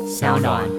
小暖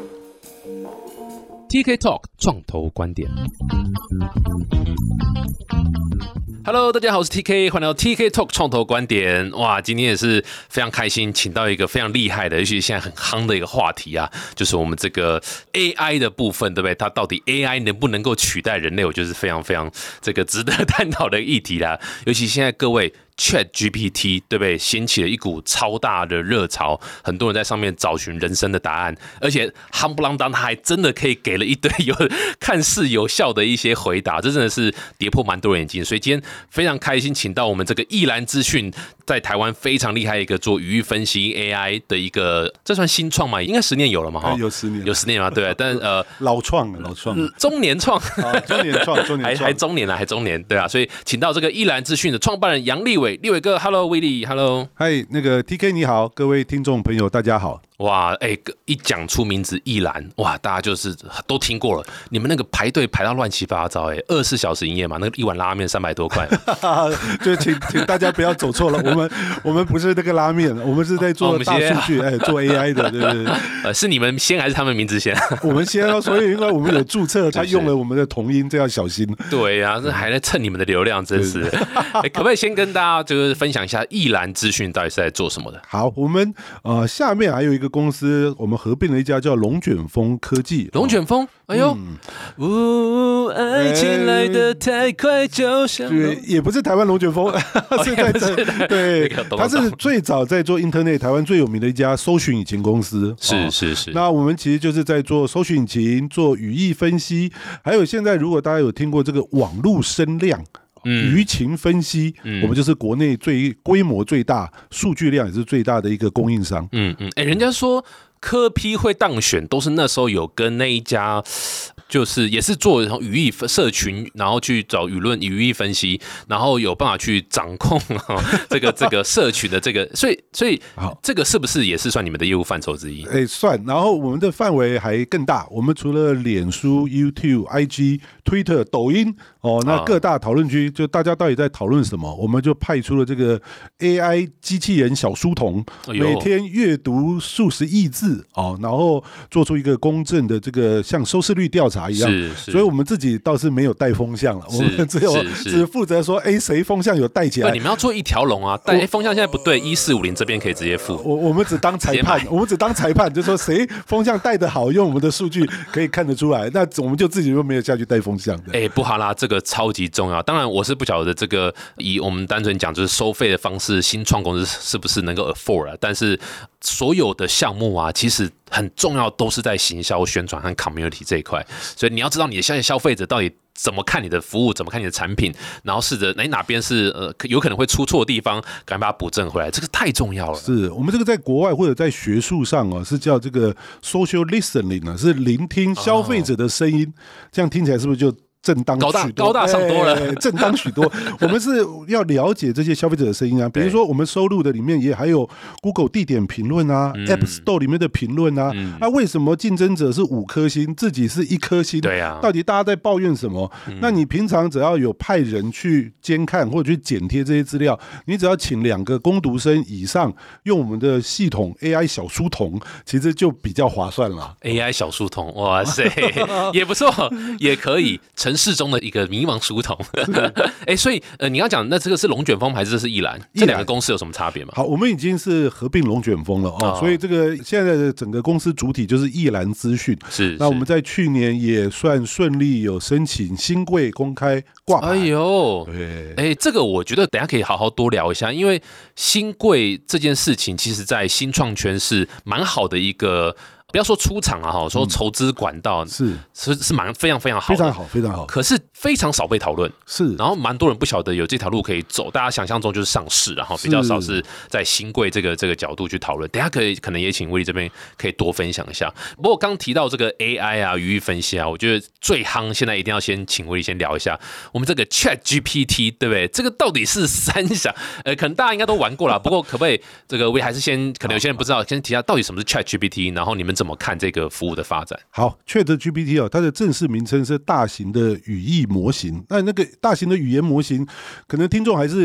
TK Talk 创投观点。Hello， 大家好，我是 TK， 欢迎来到 TK Talk 创投观点。哇，今天也是非常开心，请到一个非常厉害的，尤其现在很夯的一个话题啊，就是我们这个 AI 的部分，对不对？它到底 AI 能不能够取代人类？我觉得是非常非常这个值得探讨的议题啦。尤其现在各位。ChatGPT 对不对？掀起了一股超大的热潮，很多人在上面找寻人生的答案，而且夯不啷当，他还真的可以给了一堆看似有效的一些回答，这真的是跌破蛮多人眼镜。所以今天非常开心，请到我们这个易兰资讯在台湾非常厉害一个做语义分析 AI 的一个，这算新创吗？应该10年有了嘛？ 有10年， 有10年嘛？对，但老创， 中年创， 中年创， 还中年啊，还中年，对啊，所以请到这个易兰资讯的创办人杨立伟，立伟哥 ，Hello， 威利 ，Hello， 嗨，那个 TK 你好，各位听众朋友大家好。 哇，一讲出名字易兰，哇，大家就是都听过了。你们那个排队排到乱七八糟，24小时营业嘛，那个一碗拉面300多块。 就请大家不要走错了，我们不是那个拉面，我们是在做大数据，做 AI 的，对不对？ 是你们先还是他们名字先？ 我们先哦，所以因为我们有注册，他用了我们的同音，这要小心。 对啊，这还在蹭你们的流量，真是。可不可以先跟大家就是分享一下易兰资讯到底是在做什么的？ 好，我们下面还有一个公司，我们合并了一家叫龙卷风科技。 龙卷风，哎呦，爱情来得太快，就像也不是台湾龙卷风，是在对，它是最早在做 Internet 台湾最有名的一家搜寻引擎公司。 是。 那我们其实就是在做搜寻引擎、做语义分析，还有现在如果大家有听过这个网络声量。舆情分析，我们就是国内规模最大、数据量也是最大的一个供应商。 人家说柯 P 会当选，都是那时候有跟那一家。就是也是做语义社群，然后去找舆论语义分析，然后有办法去掌控这个社群的这个，所以这个是不是也是算你们的业务范畴之一？ 算。然后我们的范围还更大，我们除了脸书、YouTube、IG、Twitter、抖音那各大讨论区，就大家到底在讨论什么，我们就派出了这个 AI 机器人小书童，每天阅读数十亿字然后做出一个公正的这个像收视率调查一样，所以我们自己倒是没有带风向了，我们只负责说，谁风向有带起来。 你们要做一条龙啊，带风向现在不对，1450这边可以直接付。 我们只当裁判，就说谁风向带得好，用我们的数据可以看得出来。那我们就自己又没有下去带风向的。 不好啦，这个超级重要。当然，我是不晓得这个以我们单纯讲就是收费的方式，新创公司是不是能够 afford 但是所有的项目啊，其实很重要，都是在行销、宣传和 community 这一块。所以你要知道你的消费者到底怎么看你的服务，怎么看你的产品，然后试着哪边是有可能会出错的地方，赶快把它补正回来，这个太重要了。 是我们这个在国外或者在学术上是叫这个 social listening 是聆听消费者的声音，这样听起来是不是就正当许多， 高大上多了， 正当许多。我们是要了解这些消费者的声音啊，比如说我们收录的里面也还有 Google 地点评论啊，App Store 里面的评论啊，为什么竞争者是5颗星，自己是1颗星？ 对啊， 到底大家在抱怨什么？那你平常只要有派人去监看或者去剪贴这些资料，你只要请2个工读生以上，用我们的系统 AI 小书童，其实就比较划算了。 AI 小书童，哇塞，也不错，也可以。城市中的一个迷茫书童，所以你要讲那这个是龙卷风还是这是易兰？这2个公司有什么差别吗？ 好，我们已经是合并龙卷风了所以这个现在的整个公司主体就是易兰资讯。 是， 那我们在去年也算顺利有申请新贵公开挂牌。 对，这个我觉得等一下可以好好多聊一下，因为新贵这件事情，其实在新创圈是蛮好的一个。不要说出场啊，说筹资管道是非常非常好的， 非常好。可是非常少被讨论， 是。 然后蛮多人不晓得有这条路可以走，大家想象中就是上市，然后比较少是在新贵这个角度去讨论。等一下可能也请威利这边可以多分享一下。不过刚提到这个 AI 啊、语义分析啊，我觉得最夯，现在一定要先请威利先聊一下我们这个 ChatGPT， 对不对？这个到底是三小？可能大家应该都玩过了，不过可不可以这个威还是先，可能有些人不知道，先提一下到底什么是 ChatGPT， 然后你们怎么看这个服务的发展？ 好 ，ChatGPT 它的正式名称是大型的语义模型。那个大型的语言模型，可能听众还是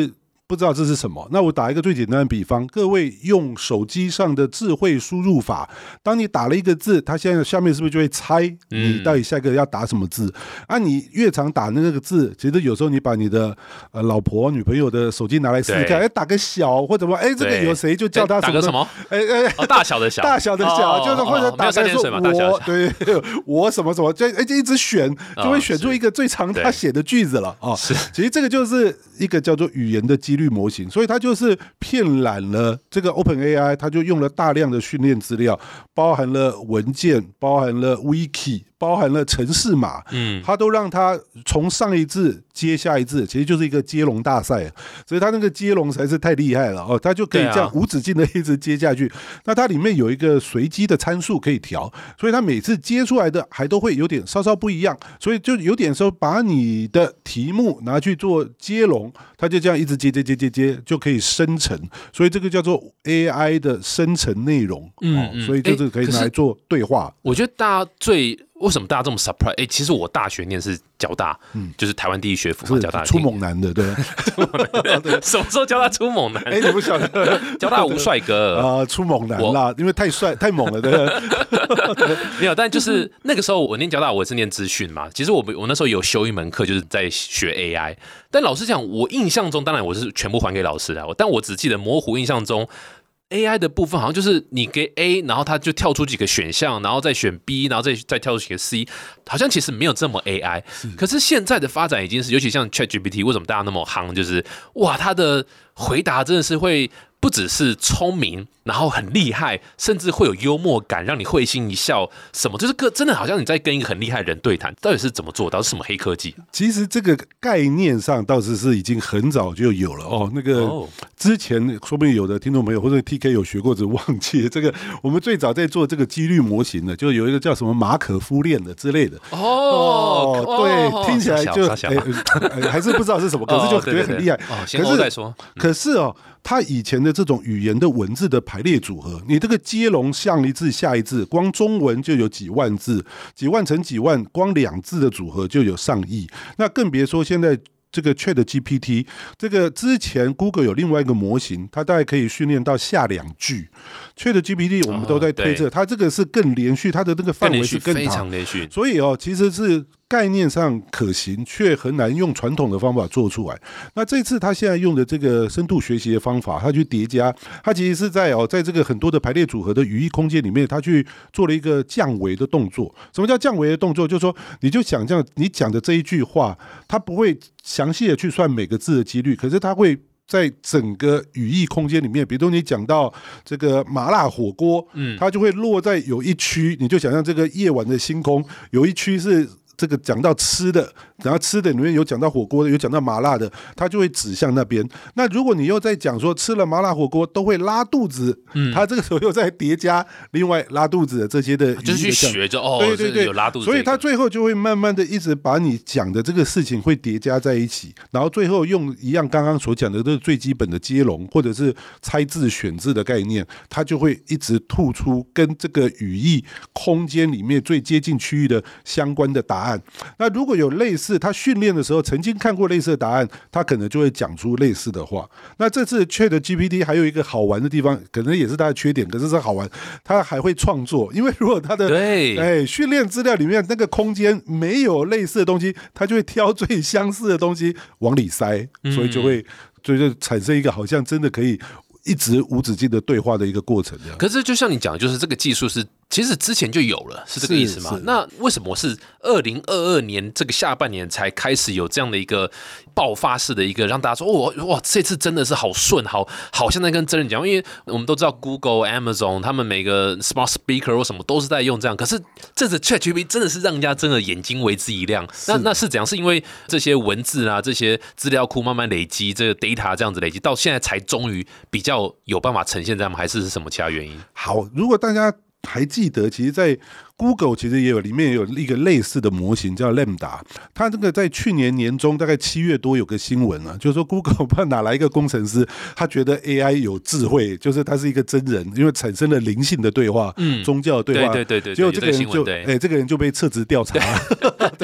不知道这是什么。那我打一个最简单的比方，各位用手机上的智慧输入法，当你打了一个字，它现在下面是不是就会猜你到底下一个要打什么字？你越常打那个字，其实有时候你把你的老婆、女朋友的手机拿来试试看，打个小或怎么，这个有谁就叫他打个什么？大小的小， 大小的小，就是或者打个说我对我什么什么，就一直选，就会选出一个最常他写的句子了啊。其实这个就是一个叫做语言的几率模型，所以它就是骗懒了这个 OpenAI， 它就用了大量的训练资料，包含了文件，包含了 Wiki， 包含了程式码，它都让它从上一字接下一字，其实就是一个接龙大赛，所以它那个接龙才是太厉害了它就可以这样无止境的一直接下去。那它里面有一个随机的参数可以调，所以它每次接出来的还都会有点稍稍不一样，所以就有点说把你的题目拿去做接龙，它就这样一直接就可以生成，所以这个叫做 AI 的生成内容，所以就是可以拿来做对话。 我觉得大家为什么大家这么 surprise？ 其实我大学念是交大，就是台湾第一学府嘛，交大出猛男的，对。 什么时候交大出猛男？ 你不晓得？ 交大无帅哥出猛男啦，因为太帅太猛了，对。 没有，但就是那个时候我念交大，我是念资讯嘛。其实我那时候有修一门课，就是在学 AI。但老实讲，我印象中，当然我是全部还给老师的，但我只记得模糊印象中。AI 的部分好像就是你给 A， 然后它就跳出几个选项，然后再选 B， 然后再跳出几个 C， 好像其实没有这么 AI。可是现在的发展已经是，尤其像 ChatGPT， 为什么大家那么夯？就是哇，它的回答真的是会不只是聪明，然后很厉害，甚至会有幽默感，让你会心一笑。什么就是真的好像你在跟一个很厉害的人对谈，到底是怎么做到？是什么黑科技？ 其实这个概念上倒是已经很早就有了那个之前说不定有的听众朋友或者 TK 有学过，只忘记了这个。我们最早在做这个几率模型的，就有一个叫什么马可夫链的之类的。对，听起来就还是不知道是什么，可是就觉得很厉害。 先后再说。 可是他以前的这种语言的文字的排列组合，你这个接龙上一字下一字，光中文就有几万字，几万乘几万，光两字的组合就有上亿，那更别说现在这个 ChatGPT， 这个之前 Google 有另外一个模型，它大概可以训练到下2句。ChatGPT 我们都在推测，它这个是更连续，它的那个范围是更大， 非常连续。 所以其实是概念上可行，却很难用传统的方法做出来。那这次他现在用的这个深度学习的方法，他去叠加，他其实是在这个很多的排列组合的语义空间里面，他去做了一个降维的动作。什么叫降维的动作？就是说，你就想象你讲的这一句话，他不会详细的去算每个字的几率，可是他会在整个语义空间里面，比如说你讲到这个麻辣火锅，它就会落在有一区，你就想象这个夜晚的星空，有一区是这个讲到吃的，然后吃的里面有讲到火锅的，有讲到麻辣的，它就会指向那边。那如果你又在讲说吃了麻辣火锅都会拉肚子，它这个时候又在叠加另外拉肚子的这些的， 就是去学着对，有拉肚子， 所以它最后就会慢慢的一直把你讲的这个事情会叠加在一起，然后最后用一样刚刚所讲的这最基本的接龙或者是猜字选字的概念，它就会一直吐出跟这个语义空间里面最接近区域的相关的答案。那如果有类似他训练的时候曾经看过类似的答案，他可能就会讲出类似的话。那这次 ChatGPT 还有一个好玩的地方，可能也是它的缺点，可是是好玩，它还会创作。因为如果它的训练资料里面那个空间没有类似的东西，它就会挑最相似的东西往里塞，所以就产生一个好像真的可以一直无止境的对话的一个过程。 可是就像你讲，就是这个技术是其实之前就有了，是这个意思吗？那为什么是2022年这个下半年才开始有这样的一个爆发式的一个让大家说哇，这次真的是好顺，好像在跟真人讲？因为我们都知道 Google、Amazon 他们每个 Smart Speaker 或什么都是在用这样，可是这次 ChatGPT 真的是让人家真的眼睛为之一亮。那是怎样？是因为这些文字啊，这些资料库慢慢累积，这个 data 这样子累积到现在才终于比较有办法呈现这样吗？还是什么其他原因？ 好，如果大家还记得，其实在 Google 其实里面也有一个类似的模型叫 Lambda， 它这个在去年年中大概7月多有个新闻啊，就是说 Google 不知道哪来一个工程师，他觉得 AI 有智慧，就是他是一个真人，因为产生了灵性的对话，宗教的对话， 对， 结果这个人就这个人就被撤职调查了。对，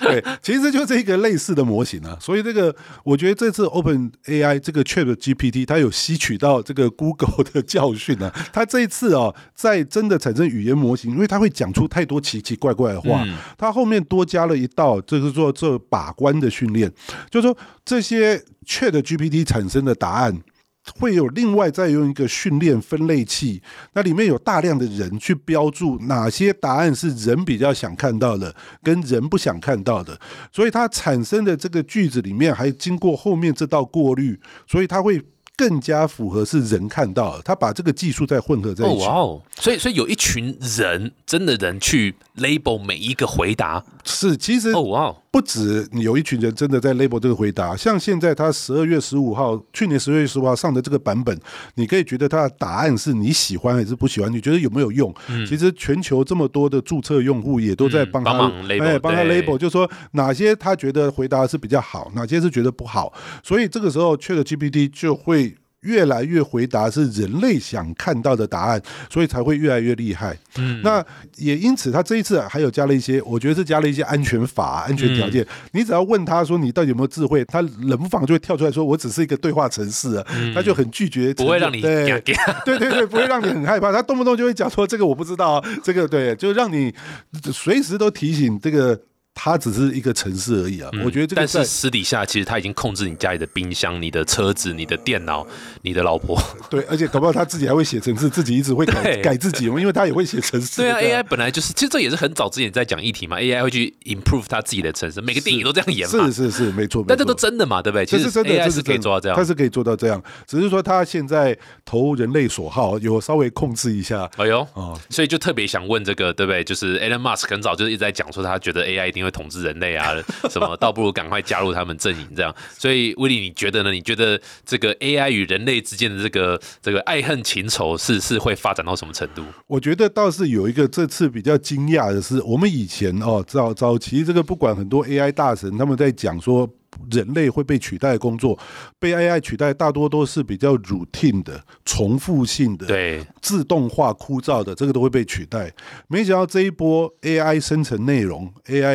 对，其实就是一个类似的模型啊。所以这个我觉得这次 OpenAI 这个 ChatGPT 它有吸取到这个 Google 的教训啊。它这一次在真的产生语言模型，因为它会讲出太多奇奇怪怪的话，它后面多加了一道就是说这把关的训练，就是说这些 ChatGPT 产生的答案会有另外再用一个训练分类器，那里面有大量的人去标注哪些答案是人比较想看到的，跟人不想看到的，所以它产生的这个句子里面还经过后面这道过滤，所以它会更加符合是人看到的，他把这个技术再混合在一起。 所以有一群人，真的人去 label 每一个回答， 是其实不止有一群人真的在 label 这个回答，像现在他12月15号，去年12月15号上的这个版本，你可以觉得他的答案是你喜欢还是不喜欢，你觉得有没有用？其实全球这么多的注册用户也都在帮他 label， 就说哪些他觉得回答是比较好，哪些是觉得不好，所以这个时候 ChatGPT 就会越来越回答是人类想看到的答案，所以才会越来越厉害。那也因此他这一次还有加了一些，我觉得是加了一些安全法、安全条件。你只要问他说你到底有没有智慧，他冷不防就会跳出来说我只是一个对话程式啊，他就很拒绝， 不会让你对， 不会让你很害怕。他动不动就会讲说这个我不知道啊，这个对，就让你随时都提醒这个。它只是一个城市而已啊，我觉得这个。 但是私底下其实他已经控制你家里的冰箱、你的车子、你的电脑、你的老婆。 对，而且搞不好他自己还会写程式，自己一直会改自己，因为他也会写程式。 对啊 ，AI 本来就是，其实这也是很早之前在讲议题嘛 ，AI 会去 improve 他自己的程式，每个电影都这样演嘛。 是，没错。 但这都真的嘛，对不对？其实 AI 是可以做到这样， 它是可以做到这样，只是说他现在投人类所好，有稍微控制一下。 所以就特别想问这个，对不对？就是 Elon Musk 很早就是一直在讲说，他觉得 AI 一定会统治人类啊。什么倒不如赶快加入他们阵营这样，所以威利你觉得呢？你觉得这个 AI 与人类之间的这个爱恨情仇是会发展到什么程度？ 我觉得倒是有一个这次比较惊讶的是，我们以前早期这个不管很多 AI 大神他们在讲说。人类会被取代的工作，被 AI 取代大多都是比较 routine 的、重复性的、 对自动化、枯燥的，这个都会被取代。没想到这一波 AI 生成内容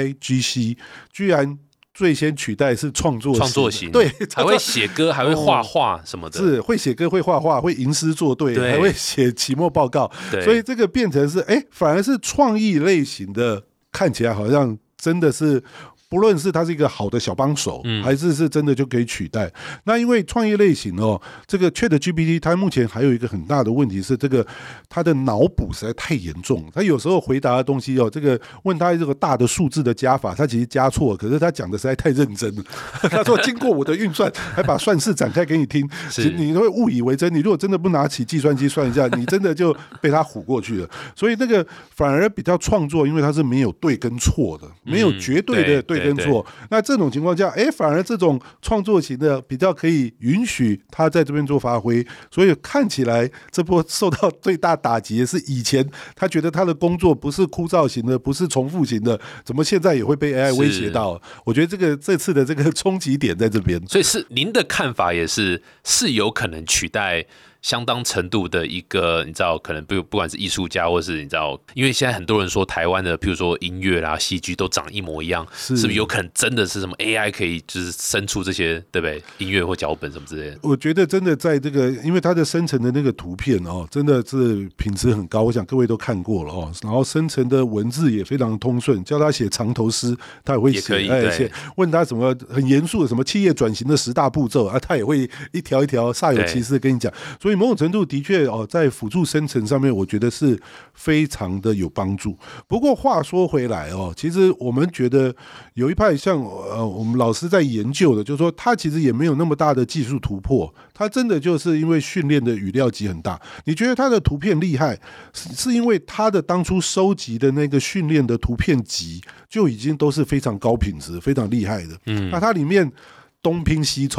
，AIGC 居然最先取代是创作型，对， 还会写歌，还会画画什么的， 是会写歌、会画画、会吟诗作对，还会写期末报告，所以这个变成是反而是创意类型的，看起来好像真的是。不论是它是一个好的小帮手，还是真的就可以取代。那因为创业类型这个 ChatGPT 它目前还有一个很大的问题是，这个它的脑补实在太严重。它有时候回答的东西这个问他这个大的数字的加法，它其实加错，可是他讲的实在太认真了。他说经过我的运算，还把算式展开给你听，你会误以为真。你如果真的不拿起计算机算一下，你真的就被他唬过去了。所以那个反而比较创作，因为它是没有对跟错的，没有绝对的对跟错，那这种情况下，反而这种创作型的比较可以允许他在这边做发挥，所以看起来这波受到最大打击的是以前他觉得他的工作不是枯燥型的，不是重复型的，怎么现在也会被 AI 威胁到？我觉得这次的这个冲击点在这边， 所以是您的看法也是有可能取代。相当程度的一个，你知道，可能不管是艺术家，或是你知道，因为现在很多人说台湾的，譬如说音乐啦、戏剧都长一模一样，是不是有可能真的是什么 AI 可以就是生出这些，对不对？音乐或脚本什么之类的？ 我觉得真的在这个，因为它的生成的那个图片真的是品质很高，我想各位都看过了然后生成的文字也非常通顺，叫他写长头诗，他也会写，问他什么很严肃的什么企业转型的10大步骤他也会一条一条煞有其事的跟你讲，所以某种程度的确在辅助生成上面，我觉得是非常的有帮助。不过话说回来其实我们觉得有一派像我们老师在研究的，就是说他其实也没有那么大的技术突破，他真的就是因为训练的语料集很大。你觉得他的图片厉害，是因为他的当初收集的那个训练的图片集就已经都是非常高品质、非常厉害的。那它里面东拼西凑。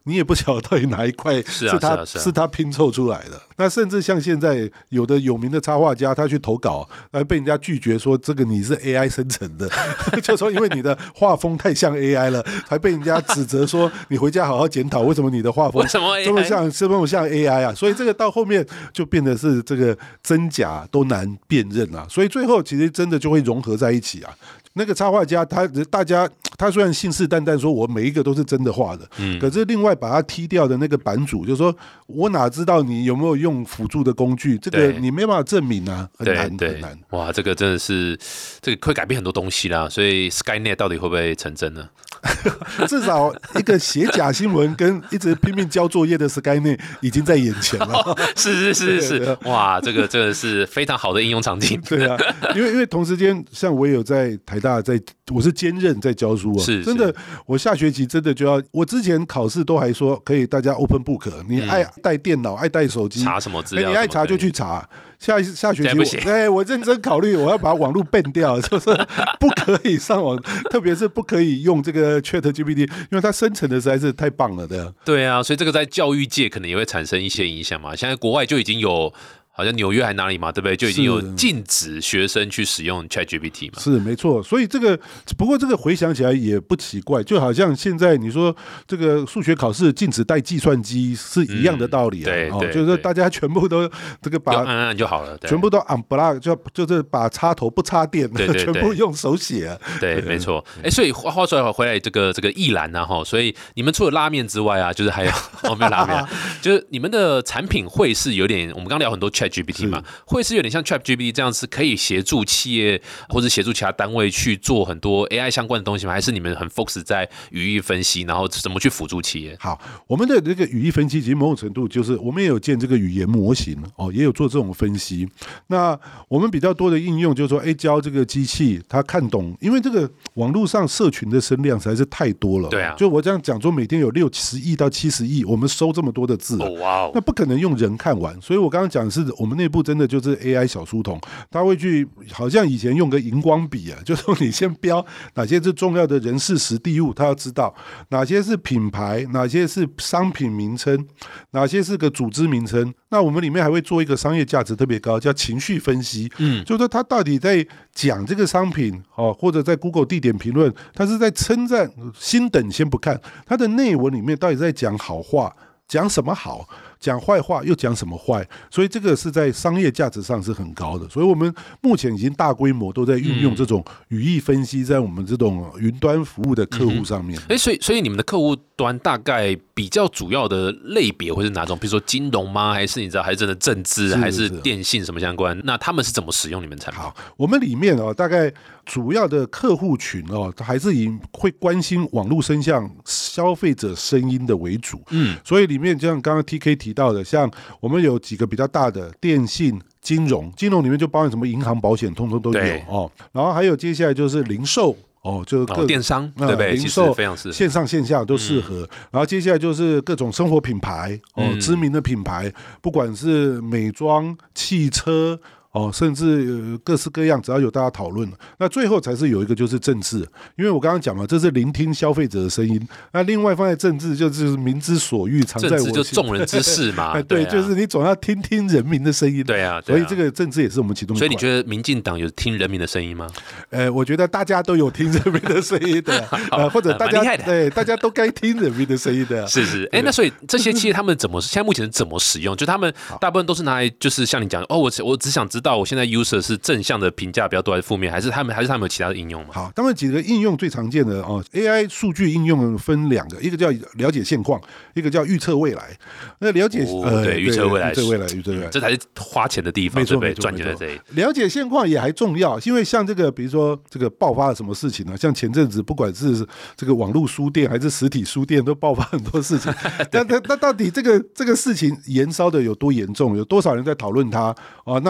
你也不晓得到底哪一块是他拼凑出来的。那甚至像现在有的有名的插画家，他去投稿，被人家拒绝说这个你是 AI 生成的，就说因为你的画风太像 AI 了，还被人家指责说你回家好好检讨，为什么你的画风这么像 AI 啊？所以这个到后面就变得是这个真假都难辨认啊，所以最后其实真的就会融合在一起啊。那个插画家他虽然信誓旦旦说我每一个都是真的画的，可是另外把他踢掉的那个版主就说，我哪知道你有没有用辅助的工具，这个你没办法证明啊，很难。 哇，这个真的是这个会改变很多东西啦，所以 Skynet 到底会不会成真呢？ 至少一个写假新闻跟一直拼命交作业的 Skynet 已经在眼前了。 是，哇，这个是非常好的应用场景。 对啊，因为同时间，像我也有在台大我是兼任在教书啊，真的，我下学期真的就要，我之前考试都还说可以大家 open book， 你爱带电脑爱带手机查什么资料， 你爱查就去查。下学期我认真考虑，我要把网络 ban 掉，就是不可以上网，特别是不可以用这个 ChatGPT， 因为它生成的实在是太棒了的。 对啊，所以这个在教育界可能也会产生一些影响嘛。现在国外就已经有。好像纽约还哪里嘛，对不对？就已经有禁止学生去使用 ChatGPT 嘛。 是没错，所以不过这个回想起来也不奇怪，就好像现在你说这个数学考试禁止带计算机是一样的道理啊。 对， 就是大家全部都这个把按就好了， 全部都 unblock， 就是把插头不插电，全部用手写啊。 对，没错。所以话说回来，这个艺兰啊，所以你们除了拉面之外啊，就是还有没有拉面，就是你们的产品会是有点，我们刚聊很多 ChatGPT 嘛，会是有点像 ChatGPT 这样是可以协助企业或者协助其他单位去做很多 AI 相关的东西吗？还是你们很 focus 在语义分析，然后怎么去辅助企业？ 好，我们的这个语义分析其实某种程度就是我们也有建这个语言模型也有做这种分析。那我们比较多的应用就是说，教这个机器它看懂，因为这个网络上社群的声量实在是太多了。 对啊， 就我这样讲说，每天有60亿到70亿，我们收这么多的字，那不可能用人看完。所以我刚刚讲的是我们内部真的就是 AI 小书童，他会去好像以前用个荧光笔啊，就说你先标哪些是重要的人事时地物，他要知道哪些是品牌，哪些是商品名称，哪些是个组织名称。那我们里面还会做一个商业价值特别高，叫情绪分析，就是说他到底在讲这个商品或者在 Google 地点评论，他是在称赞星等先不看，他的内文里面到底在讲好话，讲什么好，讲坏话又讲什么坏，所以这个是在商业价值上是很高的。所以我们目前已经大规模都在运用这种语义分析在我们这种云端服务的客户上面。 所以你们的客户端大概比较主要的类别会是哪种？比如说金融吗？还是你知道还是真的政治，还是电信什么相关？那他们是怎么使用你们产品？ 好，我们里面大概主要的客户群还是以会关心网络声像消费者声音的为主。所以里面就像刚刚 TK 提到的，像我们有几个比较大的电信、金融里面就包含什么银行、保险，通通都有然后还有接下来就是零售。就是电商对不对？ 零售非常适合， 线上线下都适合。然后接下来就是各种生活品牌知名的品牌，不管是美妆、汽车。甚至各式各样，只要有大家讨论了，那最后才是有一个就是政治，因为我刚刚讲嘛，这是聆听消费者的声音。那另外放在政治，就是民之所欲，常在我心。 政治就众人之事嘛， 对，就是你总要听听人民的声音。 对啊， 所以这个政治也是我们其中一块。 所以你觉得民进党有听人民的声音吗？ 我觉得大家都有听人民的声音的，或者大家都该听人民的声音的。 是，那所以这些企业他们现在目前怎么使用？就他们大部分都是拿来，就是像你讲，我只想知道我现在 user 是正向的评价比较多还是负面，还是他们有其他的应用吗？ 好，当然几个应用最常见的AI 数据应用分两个，一个叫了解现况，一个叫预测未来。那了解对预测未来， 这才是花钱的地方，对不对？赚钱在这里。 了解现况也还重要，因为像这个比如说这个爆发了什么事情呢？像前阵子不管是这个网络书店还是实体书店都爆发很多事情。那到底这个事情延烧的有多严重？有多少人在讨论它那这个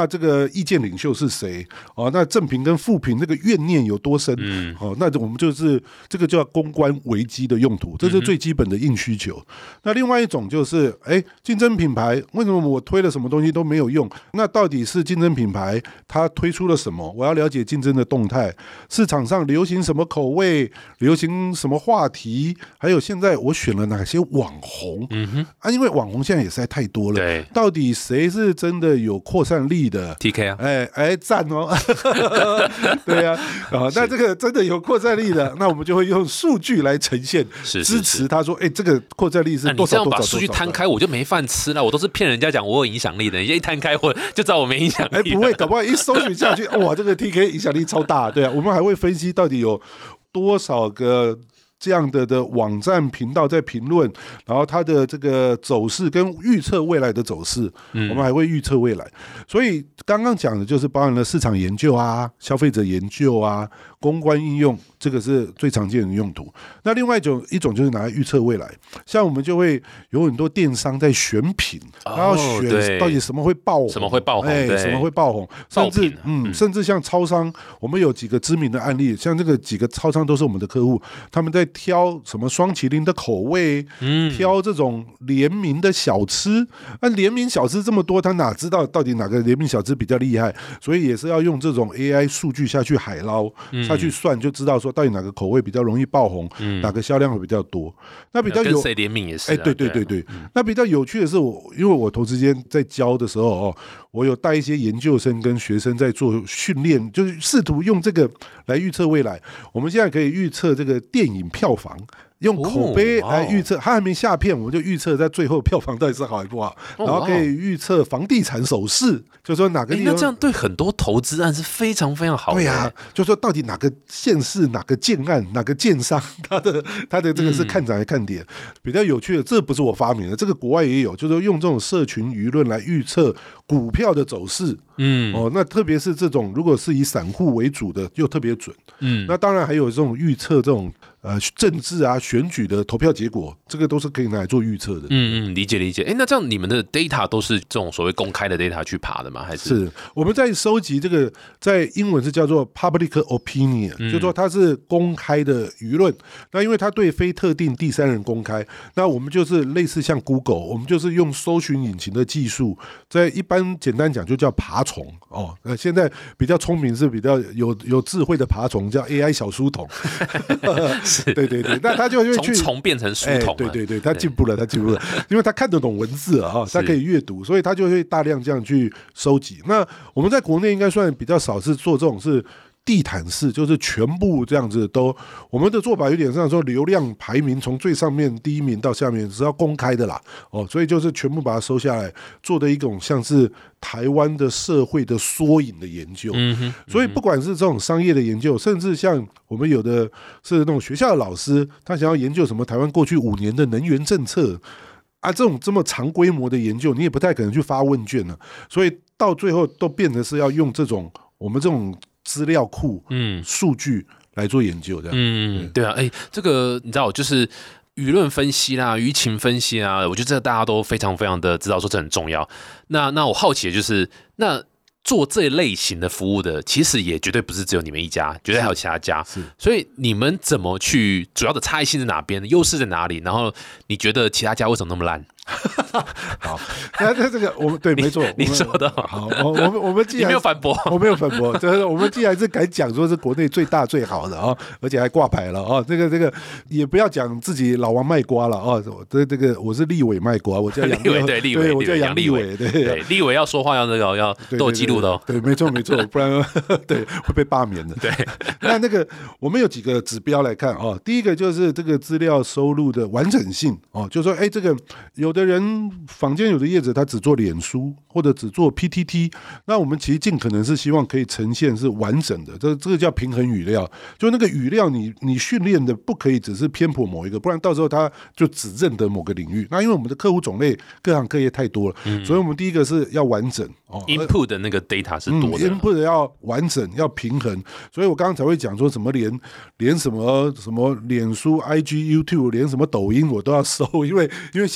的意见领袖是谁哦，那正评跟负评这个怨念有多深哦，那我们就是这个叫公关危机的用途，这是最基本的硬需求。那另外一种就是竞争品牌为什么我推了什么东西都没有用？那到底是竞争品牌它推出了什么？我要了解竞争的动态，市场上流行什么口味，流行什么话题，还有现在我选了哪些网红因为网红现在也实在太多了， 对， 到底谁是真的有扩散力的 TK 啊？赞哦，对啊，那这个真的有扩散力的，那我们就会用数据来呈现，支持他说，这个扩散力是多少多少多少。你这样把数据摊开，我就没饭吃了。我都是骗人家讲我有影响力的，你一摊开我就知道我没影响力。 不会，搞不好一搜寻下去，哇，这个 TK 影响力超大，对啊，我们还会分析到底有多少个这样的网站频道在评论，然后它的这个走势跟预测未来的走势，我们还会预测未来。所以刚刚讲的就是包含了市场研究啊、消费者研究啊、公关应用，这个是最常见的用途。那另外一种就是拿来预测未来，像我们就会有很多电商在选品，然后选到底什么会爆红， 什么会爆红， 什么会爆红，甚至像超商，我们有几个知名的案例，像这个几个超商都是我们的客户，他们在挑什么双麒麟的口味，挑这种联名的小吃，那联名小吃这么多，他哪知道到底哪个联名小吃比较厉害？所以也是要用这种 AI 数据下去海捞，下去算，就知道说到底哪个口味比较容易爆红，哪个销量会比较多。那比较跟谁联名也是， 对。那比较有趣的是，因为我同时间在教的时候我有带一些研究生跟学生在做训练，就是试图用这个来预测未来。我们现在可以预测这个电影票房。用口碑来预测，它还没下片，我们就预测在最后票房到底是好还是不好，然后可以预测房地产手势，就说哪个地方， 那这样对很多投资案是非常非常好的。 对啊，就说到底哪个县市、哪个建案、哪个建商，它的这个是看涨还看跌，比较有趣的，这不是我发明的，这个国外也有，就是说用这种社群舆论来预测股票的走势。那特别是这种如果是以散户为主的，又特别准。那当然还有这种预测这种政治啊选举的投票结果，这个都是可以拿来做预测的。 理解。那这样你们的 data 都是这种所谓公开的 data 去爬的吗？还是我们在收集这个，在英文是叫做 public opinion，就是说它是公开的舆论。那因为它对非特定第三人公开，那我们就是类似像 Google， 我们就是用搜寻引擎的技术，在一般简单讲就叫爬虫现在比较聪明是比较有智慧的爬虫，叫 AI 小书童。对，那他就会去从虫变成书童。 对，他进步了，因为他看得懂文字他可以阅读，所以他就会大量这样去收集。那我们在国内应该算比较少是做这种是地毯式，就是全部这样子都，我们的做法有点像说流量排名从最上面第一名到下面是要公开的啦，所以就是全部把它收下来，做的一种像是台湾的社会的缩影的研究。所以不管是这种商业的研究，甚至像我们有的是那种学校的老师，他想要研究什么台湾过去5年的能源政策这种这么长规模的研究，你也不太可能去发问卷了，所以到最后都变得是要用这种我们这种资料库数据来做研究，这样。 对啊，这个你知道，就是舆论分析啦、舆情分析啦，我觉得这大家都非常非常的知道说这很重要。那我好奇的就是，那做这类型的服务的，其实也绝对不是只有你们一家，绝对还有其他家。所以你们怎么去主要的差异性在哪边？优势在哪里？然后你觉得其他家为什么那么烂？ 好，那这个我们对，没错， 你说的好。我们既然你没有反驳， 我没有反驳，就是我们既然是敢讲说是国内最大最好的而且还挂牌了这个也不要讲自己老王卖瓜了这个我是立委卖瓜，我叫杨立委，对， 我叫杨立委，对， 立委要说话要都有记录的对，没错，不然对会被罢免的。 对， 那个我们有几个指标来看第一个就是这个资料收录的完整性就是说这个有的人坊间有的业者他只做脸书或者只做 PTT， 那我们其实尽可能是希望可以呈现是完整的，这个叫平衡语料，就那个语料你训练的不可以只是偏颇某一个，不然到时候他就只认得某个领域。那因为我们的客户种类各行各业太多了，所以我们第一个是要完整 input 的那个 data 是多的 ，input 要完整要平衡，所以我刚刚才会讲说什么连什么脸书 IG YouTube 连什么抖音我都要收，因为现在就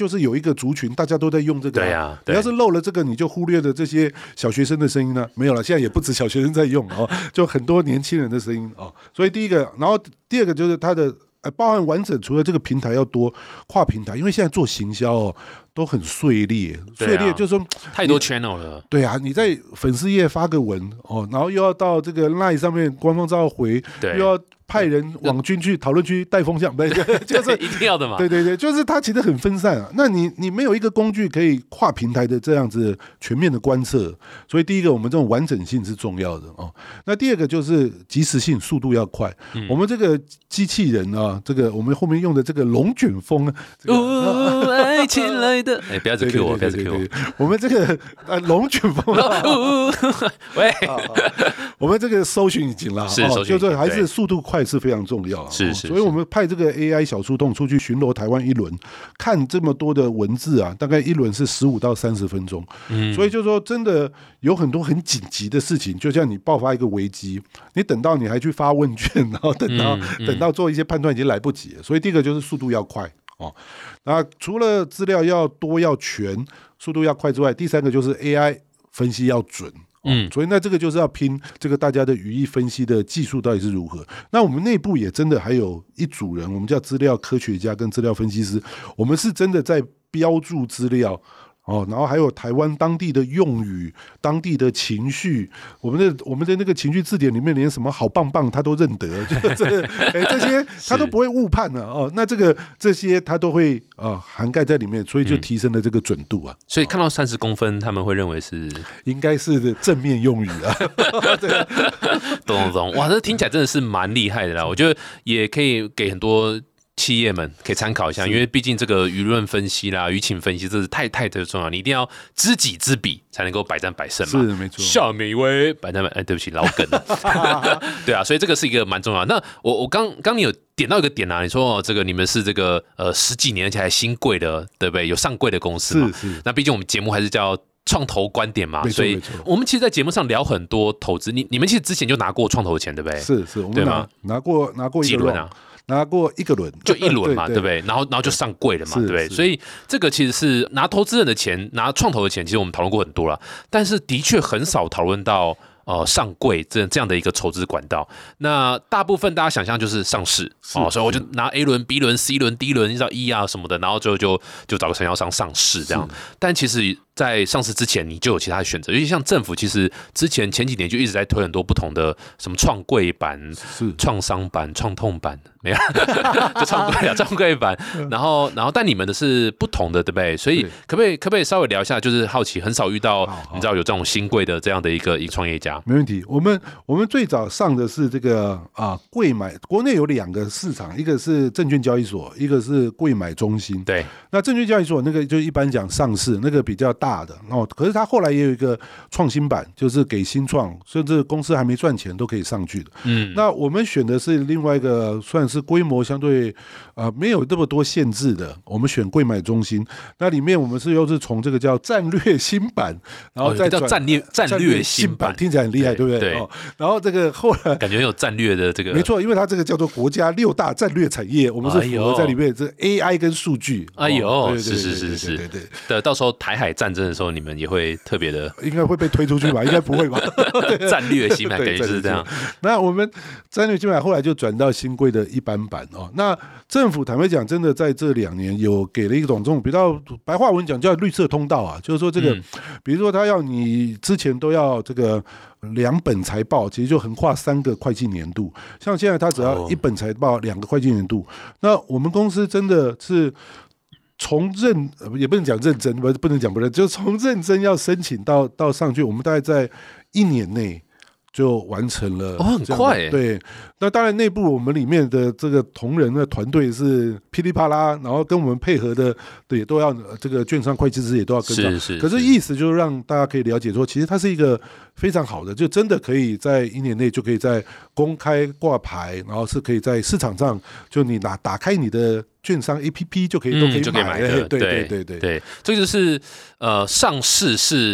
就是有一个族群大家都在用这个， 对啊， 你要是漏了这个，你就忽略了这些小学生的声音呢？没有了，现在也不止小学生在用哦，就很多年轻人的声音哦。所以第一个，然后第二个就是它的包含完整，除了这个平台要多，跨平台，因为现在做行销哦都很碎裂，就是说太多 channel 了。 对啊，你在粉丝页发个文哦，然后又要到这个 LINE 上面官方账号回，又要派人网军去讨论区带风向， 就是一定要的嘛。 对对对，就是它其实很分散啊。那你没有一个工具可以跨平台的这样子全面的观测，所以第一个我们这种完整性是重要的哦。那第二个就是及时性，速度要快。我们这个机器人啊，这个我们后面用的这个龙卷风啊， 爱情来的，不要再 Q 我，不要再 Q 我。 我们这个龙卷风， 喂， 我们这个搜寻引擎啦， 是搜寻引擎， 就是还是速度快是非常重要， 是， 所以我们派这个 AI 小树洞出去巡逻台湾一轮，看这么多的文字啊，大概一轮是15到30分钟，所以就是说真的有很多很紧急的事情，就像你爆发一个危机，你等到你还去发问卷，然后等到做一些判断已经来不及了，所以第一个就是速度要快哦。那除了资料要多要全，速度要快之外，第三个就是 AI 分析要准。所以那这个就是要拼这个大家的语义分析的技术到底是如何。那我们内部也真的还有一组人，我们叫资料科学家跟资料分析师，我们是真的在标注资料。然后还有台湾当地的用语、当地的情绪，我们的那个情绪字典里面连什么好棒棒他都认得，这些他都不会误判的哦。那这些他都会涵盖在里面，所以就提升了这个准度啊。 所以看到30公分，他们会认为是应该是正面用语啊。 懂，哇，这听起来真的是蛮厉害的啦。我觉得也可以给很多企业们可以参考一下，因为毕竟这个舆论分析啦、舆情分析，这是太重要，你一定要知己知彼，才能够百战百胜嘛。 是没错。 下面一位百战百对不起，老梗了。对啊，所以这个是一个蛮重要的。那我刚你有点到一个点啊，你说这个你们是这个10几年而且还新贵的，对不对？有上柜的公司嘛。 是。 那毕竟我们节目还是叫创投观点嘛，所以我们其实，在节目上聊很多投资。你们其实之前就拿过创投的钱，对不对？ 是，我们拿过几轮啊？ 拿过一个轮， 就一轮嘛，对不对？然后就上柜了嘛，对不对？所以这个其实是拿投资人的钱，拿创投的钱，其实我们讨论过很多了，但是的确很少讨论到上柜这样的一个筹资管道。那大部分大家想象就是上市所以我就拿 A 轮、B 轮、C 轮、D 轮，一到 E 啊什么的，然后就找个承销商上市这样。但其实，在上市之前，你就有其他的选择，尤其像政府，其实前几年就一直在推很多不同的什么创柜版、创商版、创痛版，没有，就创柜版。然后，但你们的是不同的，对不对？所以可不可以稍微聊一下？就是好奇，很少遇到你知道有这种新柜的这样的一个创业家。 没问题，我们最早上的是这个柜买，国内有2个市场，一个是证券交易所，一个是柜买中心。 对， 那证券交易所那个就一般讲上市那个比较大的可是它后来也有一个创新版，就是给新创甚至公司还没赚钱都可以上去的。那我们选的是另外一个算是规模相对没有那么多限制的，我们选柜买中心。那里面我们又是从这个叫战略新版，然后再叫战略新版， 听起来很厉害，对不对？ 对。 然后这个后来感觉很有战略的这个， 没错，因为它这个叫做国家6大战略产业，我们是符合在里面，这 AI 跟数据。 是，对，到时候台海战争的时候，你们也会特别的， 应该会被推出去吧？应该不会吧？ 战略新版感觉就是这样。 那我们战略新版后来就转到新规的一般版那政府坦白讲，真的在这2年有给了一种这种比较白话文讲叫绿色通道啊，就是说这个，比如说他要你之前都要这个2本财报，其实就横跨3个会计年度。像现在他只要1本财报2个会计年度，那我们公司真的是。从也不能讲认真，不能讲不认真，就从认真要申请到上去，我们大概在1年内就完成了。 很快耶。 对，那当然内部我们里面的这个同仁的团队是噼里啪啦，然后跟我们配合的也都要这个券商会计师也都要跟上。 是。 可是意思就是让大家可以了解说，其实它是一个非常好的，就真的可以在1年内就可以在公开挂牌，然后是可以在市场上，就你打开你的券商 APP 就可以都可以买的。对， 这个就是上市是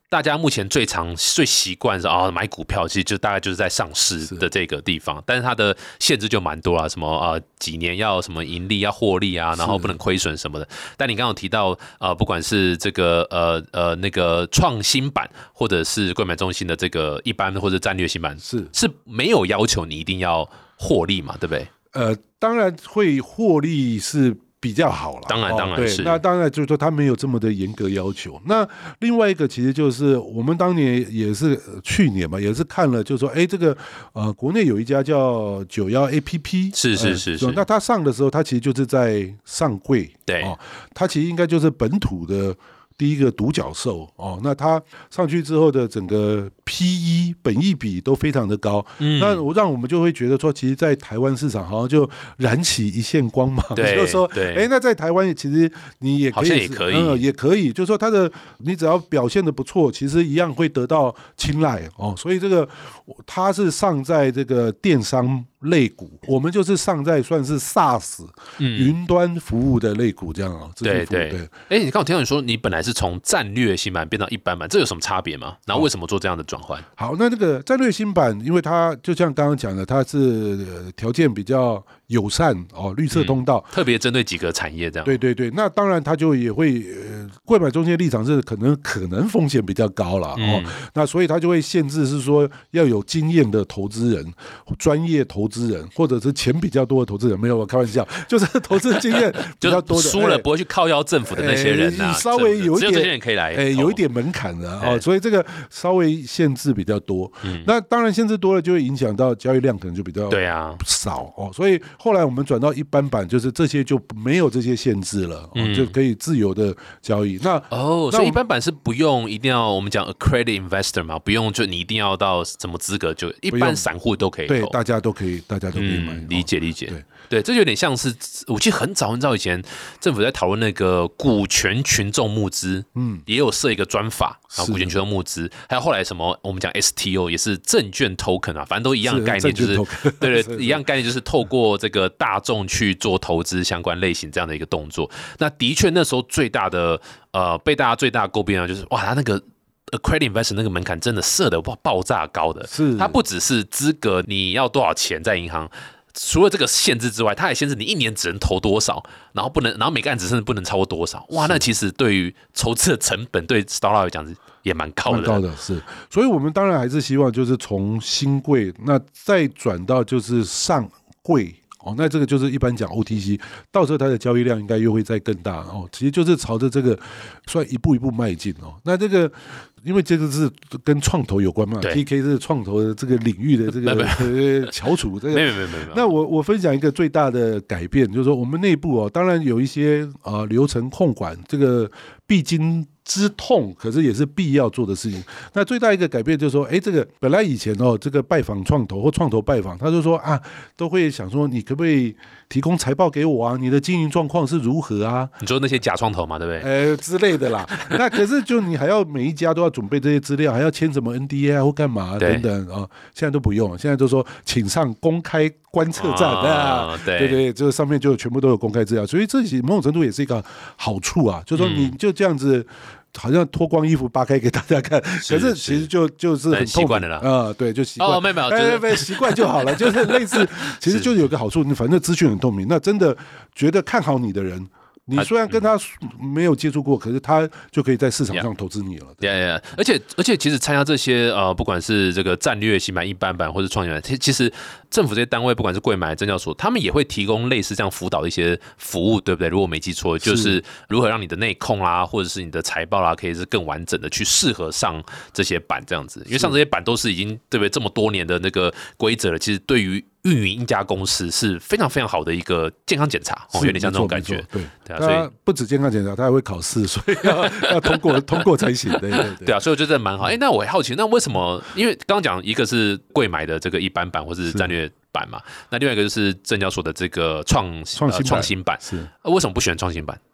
大家目前最习惯是买股票，其实就大概就是在上市的这个地方，但是它的限制就蛮多啦，什么几年要什么盈利要获利啊，然后不能亏损什么的。但你刚刚有提到不管是这个那个创新版，或者是柜买中心的这个一般或者战略新版，是没有要求你一定要获利嘛，对不对？ 当然会获利是比较好了， 当然是。 那当然就是说他没有这么的严格要求。那另外一个其实就是我们当年也是去年嘛，也是看了，就是说，这个国内有一家叫91 APP， 是。 那他上的时候，他其实就是在上柜， 对， 他其实应该就是本土的第一个独角兽那他上去之后的整个 PE 本益比都非常的高，那让我们就会觉得说，其实，在台湾市场好像就燃起一线光芒，就是说，那在台湾其实你也可以，好像也可以，就是说你只要表现的不错，其实一样会得到青睐所以这个它是上在这个电商类股，我们就是上在算是 SaaS 云端服务的类股这样对。你刚刚听到你说你本来是从战略新版变到一般版，这有什么差别吗？然后为什么做这样的转换？ 好，那个战略新版，因为它就像刚刚讲的，它是条件比较友善绿色通道， 特别针对几个产业这样。 对，那当然它就也会柜买中心的立场是可能风险比较高了那所以它就会限制是说要有经验的投资人、专业投资人，或者是钱比较多的投资人。没有，我开玩笑，就是投资经验比较多的， 输了不会去靠腰政府的那些人稍微有一点， 只有这些人可以来， 有一点门槛的所以这个稍微限制比较多。那当然限制多了就会影响到交易量，可能就比较少所以后来我们转到一般版，就是这些就没有这些限制了就可以自由的交易。那所以一般版是不用一定要我们讲 accredited investor 嘛，不用就你一定要到什么资格，就一般散户都可以投， 对，大家都可以买。 理解。对，这就有点像是我记得很早以前政府在讨论那个股权群众募资，也有设一个专法，然后股权群众募资，还有后来什么我们讲 STO 也是证券 token 反正都一样的概念，就是对一样概念，就是透过这个大众去做投资相关类型这样的一个动作。那的确那时候最大的被大家最大的诟病就是他那个accredited investor 那个门槛真的设的爆炸高的，它不只是资格你要多少钱在银行。除了这个限制之外，它还限制你一年只能投多少，然后每个案子甚至不能超过多少。哇，那其实对于筹资的成本，对 startup 来讲也蛮高的。 是，所以我们当然还是希望就是从新柜，那再转到就是上柜。那这个就是一般讲 OTC， 到时候它的交易量应该又会再更大其实就是朝着这个算一步一步迈进那这个因为这个是跟创投有关嘛 ，TK 是创投的这个领域的这个翘楚。这个没有。 那我分享一个最大的改变，就是说我们内部当然有一些流程控管，这个必经之痛，可是也是必要做的事情。那最大一个改变就是说，这个本来以前这个拜访创投或创投拜访，他就说都会想说，你可不可以提供财报给我啊？你的经营状况是如何啊？ 你说那些假创投嘛，对不对？ 之类的啦。那可是就你还要每一家都要准备这些资料，还要签什么 NDA 或干嘛等等现在都不用了，现在就说请上公开观测站对，这个上面就全部都有公开资料，所以这某种程度也是一个好处就是说你就这样子。好像脱光衣服扒开给大家看，可是其实就是很习惯的啦对，就习惯没有， 习惯就好了，就是类似，其实就有个好处，你反正资讯很透明，那真的觉得看好你的人。你虽然跟他没有接触过，可是他就可以在市场上投资你了。 而且其实参加这些不管是这个战略新版、一般版或者创新版，其实政府这些单位，不管是柜买、证交所，他们也会提供类似这样辅导的一些服务，对不对？如果我没记错，就是如何让你的内控啦，或者是你的财报啦，可以是更完整的去适合上这些版这样子。因为上这些版都是已经对不对这么多年的那个规则了，其实对于运营一家公司是非常非常好的一个健康检查，有点像这种感觉。 对所以不止健康检查，他还会考试，所以要通过才行。 对啊，所以我觉得蛮好。那我也好奇，那为什么？因为刚刚讲一个是柜买的这个一般版或是战略版嘛，那另外一个就是证交所的这个创新版，是为什么不选创新版？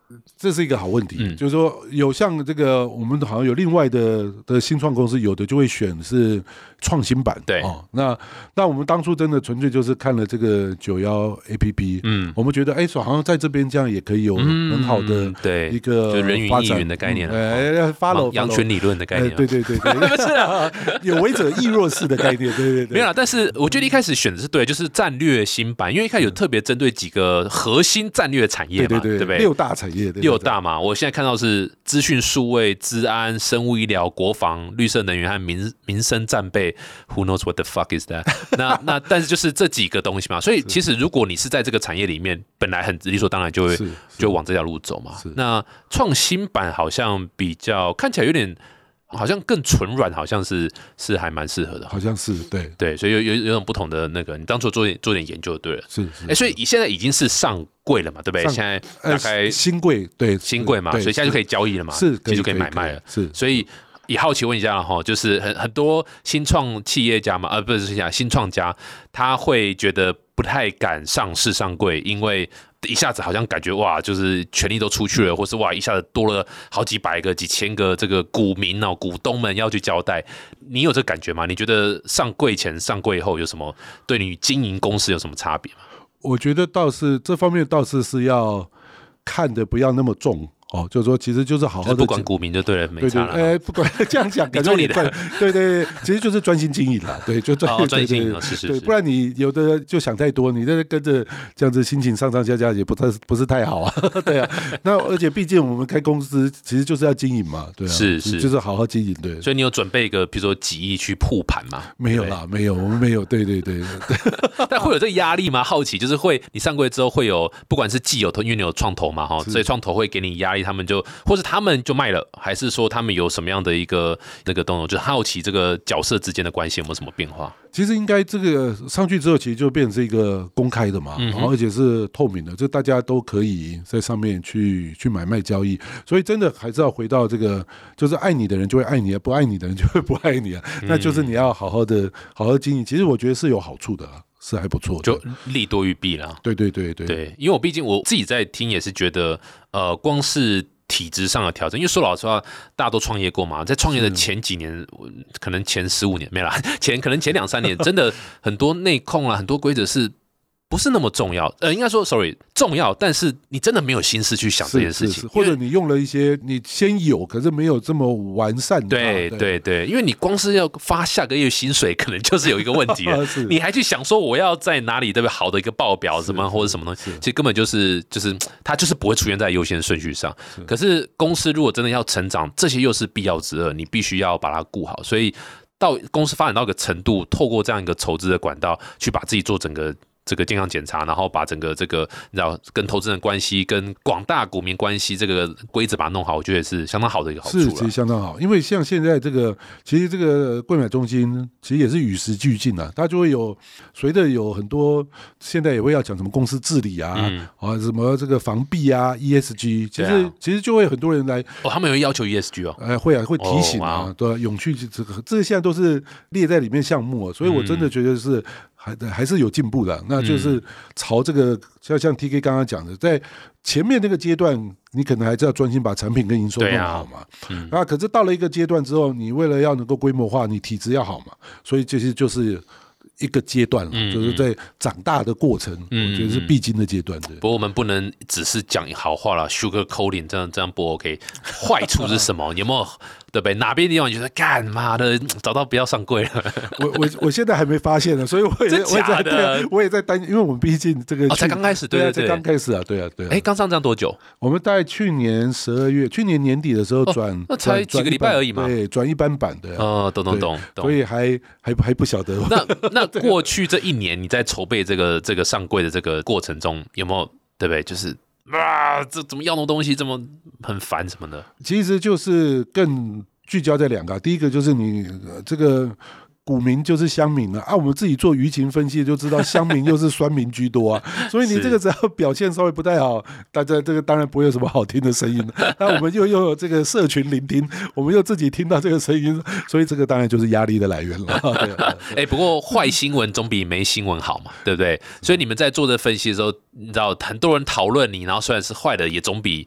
这是一个好问题，就是说有像这个，我们好像有另外的新创公司，有的就会选是创新版， 对那我们当初真的纯粹就是看了这个91 APP，我们觉得好像在这边这样也可以有很好的一个就人云亦云的概念 ，follow 羊群理论的概念， 对，不是啊，有为者亦若是的概念，对， 没有啦，但是我觉得一开始选的是对，就是战略新版，因为一开始有特别针对几个核心战略产业嘛，对不对 ？6大产业。 6大嘛，我现在看到是资讯数位、资安、生物医疗、国防、绿色能源和民生战备。Who knows what the fuck is that？ 那但是就是这几个东西嘛，所以其实如果你是在这个产业里面，本来很理所当然就往这条路走嘛。那创新版好像比较看起来有点。好像更纯软，好像是还蛮适合的， 好像是对，所以有种不同的那个，你当初做点研究就对了，所以现在已经是上柜了嘛，对不对？现在大概新柜，对， 新柜嘛，所以现在就可以交易了嘛， 是， 就可以买卖了， 是， 所以。也好奇问一下哈，就是很多新创企业家嘛，不是新创家，他会觉得不太敢上市上柜，因为一下子好像感觉哇，就是权力都出去了，或是哇一下子多了好几百个、几千个这个股民股东们要去交代。你有这感觉吗？你觉得上柜前、上柜后有什么对你经营公司有什么差别吗？ 我觉得倒是这方面倒是要看的不要那么重。就是说，其实就是好好的不管股民就对了，没差了。 不管这样讲， 你做你的， 对，其实就是专心经营啦，对，就专心经营，是， 不然你有的就想太多，你这跟着这样子心情上上下下也不是太好啊，对啊。那而且毕竟我们开公司其实就是要经营嘛，对啊， 是， 就是好好经营，对。 所以你有准备一个，比如说几亿去铺盘吗？ 没有啦，没有，我们没有，对。 但会有这个压力吗？好奇就是你上柜之后会有，不管是既有，因为你有创投嘛，所以创投会给你压力。或是他们就卖了，还是说他们有什么样的一个那个动作？就是好奇这个角色之间的关系有没有什么变化？ 其实应该这个上去之后，其实就变成是一个公开的嘛，然后而且是透明的，就大家都可以在上面去买卖交易。所以真的还是要回到这个，就是爱你的人就会爱你，不爱你的人就会不爱你啊。那就是你要好好经营。其实我觉得是有好处的。是还不错， 就利多于弊啦。 对， 因为毕竟我自己在听也是觉得，光是体质上的调整，因为说老实话，大家都创业过嘛，在创业的前几年，可能前15年没啦，可能前2-3年，真的很多内控啊，很多规则是。不是那么重要，应该说 ，sorry， 重要，但是你真的没有心思去想这件事情， 或者你用了一些你先有，可是没有这么完善的。 对，因为你光是要发下个月薪水，可能就是有一个问题了，你还去想说我要在哪里对不对好的一个报表什么或者什么东西，其实根本就是它就是不会出现在优先顺序上。可是公司如果真的要成长，这些又是必要之恶，你必须要把它顾好，所以到公司发展到一个程度，透过这样一个筹资的管道，去把自己做整个。这个健康检查，然后把整个这个你知道跟投资人关系、跟广大股民关系这个规则把它弄好，我觉得是相当好的一个好处。 其实相当好，因为像现在这个，其实这个柜买中心其实也是与时俱进啊，它就会有随着有很多现在也会要讲什么公司治理啊，什么这个防弊啊 ，ESG， 其实就会很多人来他们有要求 ESG 会提醒对，永续这个现在都是列在里面项目所以我真的觉得是。还是有进步的，那就是朝这个像 TK 刚刚讲的，在前面那个阶段，你可能还是要专心把产品跟营收弄好嘛。可是到了一个阶段之后，你为了要能够规模化，你体质要好嘛，所以这些就是一个阶段了，就是在长大的过程，我觉得是必经的阶段。 不过我们不能只是讲好话了 ，sugar coating 这样不 OK。坏处是什么？有没有？对不对？哪边地方你觉得干妈的早到不要上柜了？ 我现在还没发现呢，所以我也在担心，因为我们毕竟这个才刚开始，对， 才刚开始啊，对。 刚上这样多久？ 我们大概去年12月，去年年底的时候转， 那才几个礼拜而已嘛， 对，转一般版的。 懂。 所以还不晓得。 那过去这1年你在筹备这个上柜的这个过程中，有没有对不对？就是这怎么要弄东西这么很烦什么的？ 其实就是更聚焦在2个，第一个就是你这个股民就是乡民了我们自己做舆情分析就知道乡民又是酸民居多所以你这个只要表现稍微不太好，大家这个当然不会有什么好听的声音那我们又有这个社群聆听，我们又自己听到这个声音，所以这个当然就是压力的来源了不过坏新闻总比没新闻好嘛，对不对？所以你们在做这分析的时候，你知道很多人讨论你，然后虽然是坏的，也总比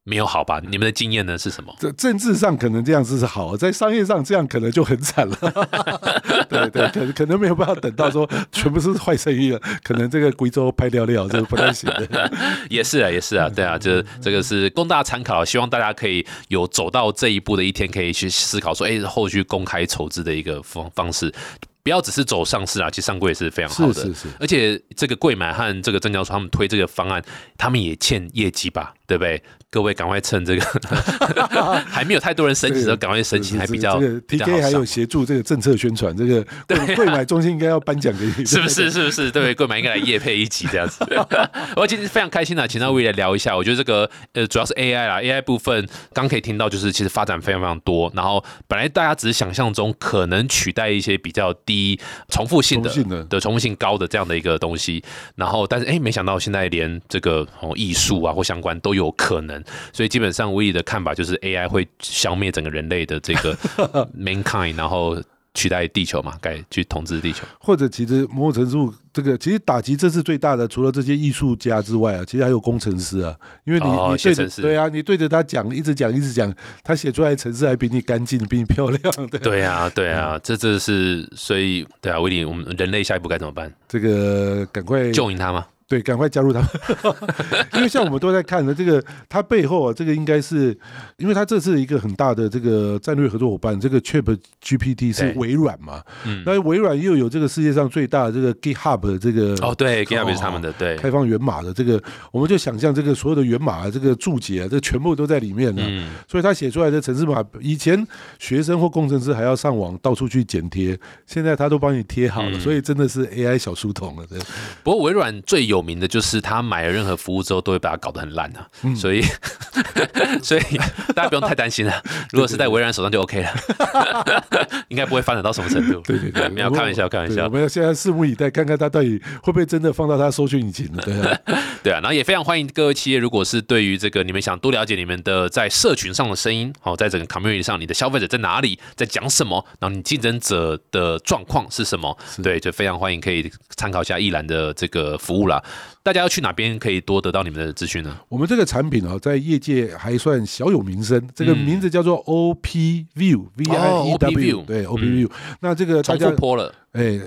没有好吧？你们的经验呢是什么？ 政治上可能这样子是好，在商业上这样可能就很惨了。对，可能没有办法等到说全部是坏生意了，可能这个贵州拍料料这不太行的。 也是啊，对啊，这个是供大家参考，希望大家可以有走到这一步的一天，可以去思考说，后续公开筹资的一个方式。不要只是走上市啊，其实上柜也是非常好的， 是， 而且这个柜买和这个证交所他们推这个方案，他们也欠业绩吧，对不对？各位赶快趁这个还没有太多人申请的时候，赶快申请，还比较这个 TK 还有协助这个政策宣传，这个柜买中心应该要颁奖给你， 是不是？对，柜买应该来业配一集这样子。我今天非常开心请到Willy来聊一下，我觉得这个主要是 AI 啦 ，AI 部分刚可以听到就是其实发展非常非常多，然后本来大家只是想象中可能取代一些比较低重复性高的这样的一个东西，然后但是没想到现在连这个艺术啊或相关都有可能。所以基本上Willy的看法就是 AI 会消灭整个人类的这个 mankind， 然后取代地球嘛，该去统治地球。 或者其实某种程度，这个其实打击这次最大的，除了这些艺术家之外啊，其实还有工程师啊，因为你对着对啊，你对着他讲，一直讲，他写出来的程式还比你干净，比你漂亮。 对啊，这是所以对啊，Willy，我们人类下一步该怎么办？ 这个赶快救赢他吗？ 对，赶快加入他们，因为像我们都在看的这个，它背后这个应该是，因为它这是一个很大的这个战略合作伙伴，这个 ChatGPT 是微软嘛，那微软又有这个世界上最大的这个 GitHub 的这个对 ，GitHub 也是他们的，对， 开放源码的这个，我们就想象这个所有的源码这个注解这全部都在里面呢，所以他写出来的程式码，以前学生或工程师还要上网到处去剪贴，现在他都帮你贴好了，所以真的是 AI 小书童了。 不过微软最有名的就是他买了任何服务之后都会把它搞得很烂啊，所以大家不用太担心了。如果是在微软手上就 OK 了，应该不会发展到什么程度。对，没有开玩笑。 我们要现在拭目以待，看看他到底会不会真的放到他搜寻引擎了。 对啊，然后也非常欢迎各位企业，如果是对于这个你们想多了解你们的在社群上的声音，在整个 community 上，你的消费者在哪里，在讲什么，然后你竞争者的状况是什么，对，就非常欢迎可以参考一下一栏的这个服务啦。大家要去哪边可以多得到你们的资讯呢？我们这个产品在业界还算小有名声，这个名字叫做 OP View，VIEW，对 OP View。那这个大家重复播了。 对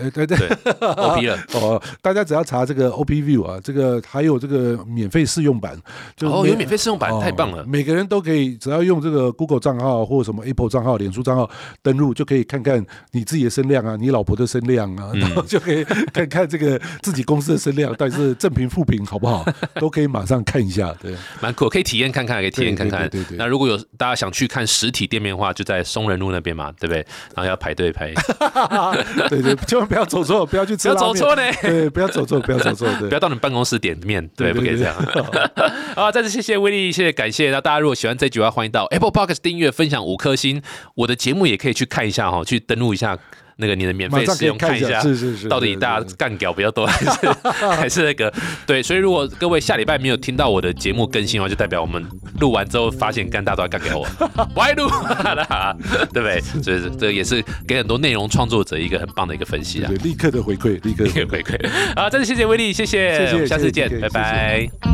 ，OP 了大家只要查这个 OP View 啊，这个还有这个免费试用版， 有免费试用版，太棒了！ 每个人都可以，只要用这个 Google 账号或什么 Apple 账号、脸书账号登录，就可以看看你自己的声量啊，你老婆的声量啊，然后就可以看看这个自己公司的声量到底是正评负评好不好，都可以马上看一下。对，蛮酷，可以体验看看，对。那如果有大家想去看实体店面的话，就在松仁路那边嘛，对不对？然后要排队排。 对。千万不要走错，不要去吃拉面， 不要走错呢。 对，不要走错，对， 不要到你们办公室点面，对，不可以这样。好，再次谢谢Willy，谢谢感谢。那大家如果喜欢这集的话，欢迎到 Apple Podcast 订阅、分享5颗星。我的节目也可以去看一下去登录一下。那个你的免费试用看一下， 是到底大家干屌比较多，还是那个对？所以如果各位下礼拜没有听到我的节目更新的话，就代表我们录完之后发现大家都在干屌我，不爱录，对不对？所以这也是给很多内容创作者一个很棒的一个分析啊， 立刻的回馈， 好，再次谢谢Willy，谢谢，我们下次见，拜拜。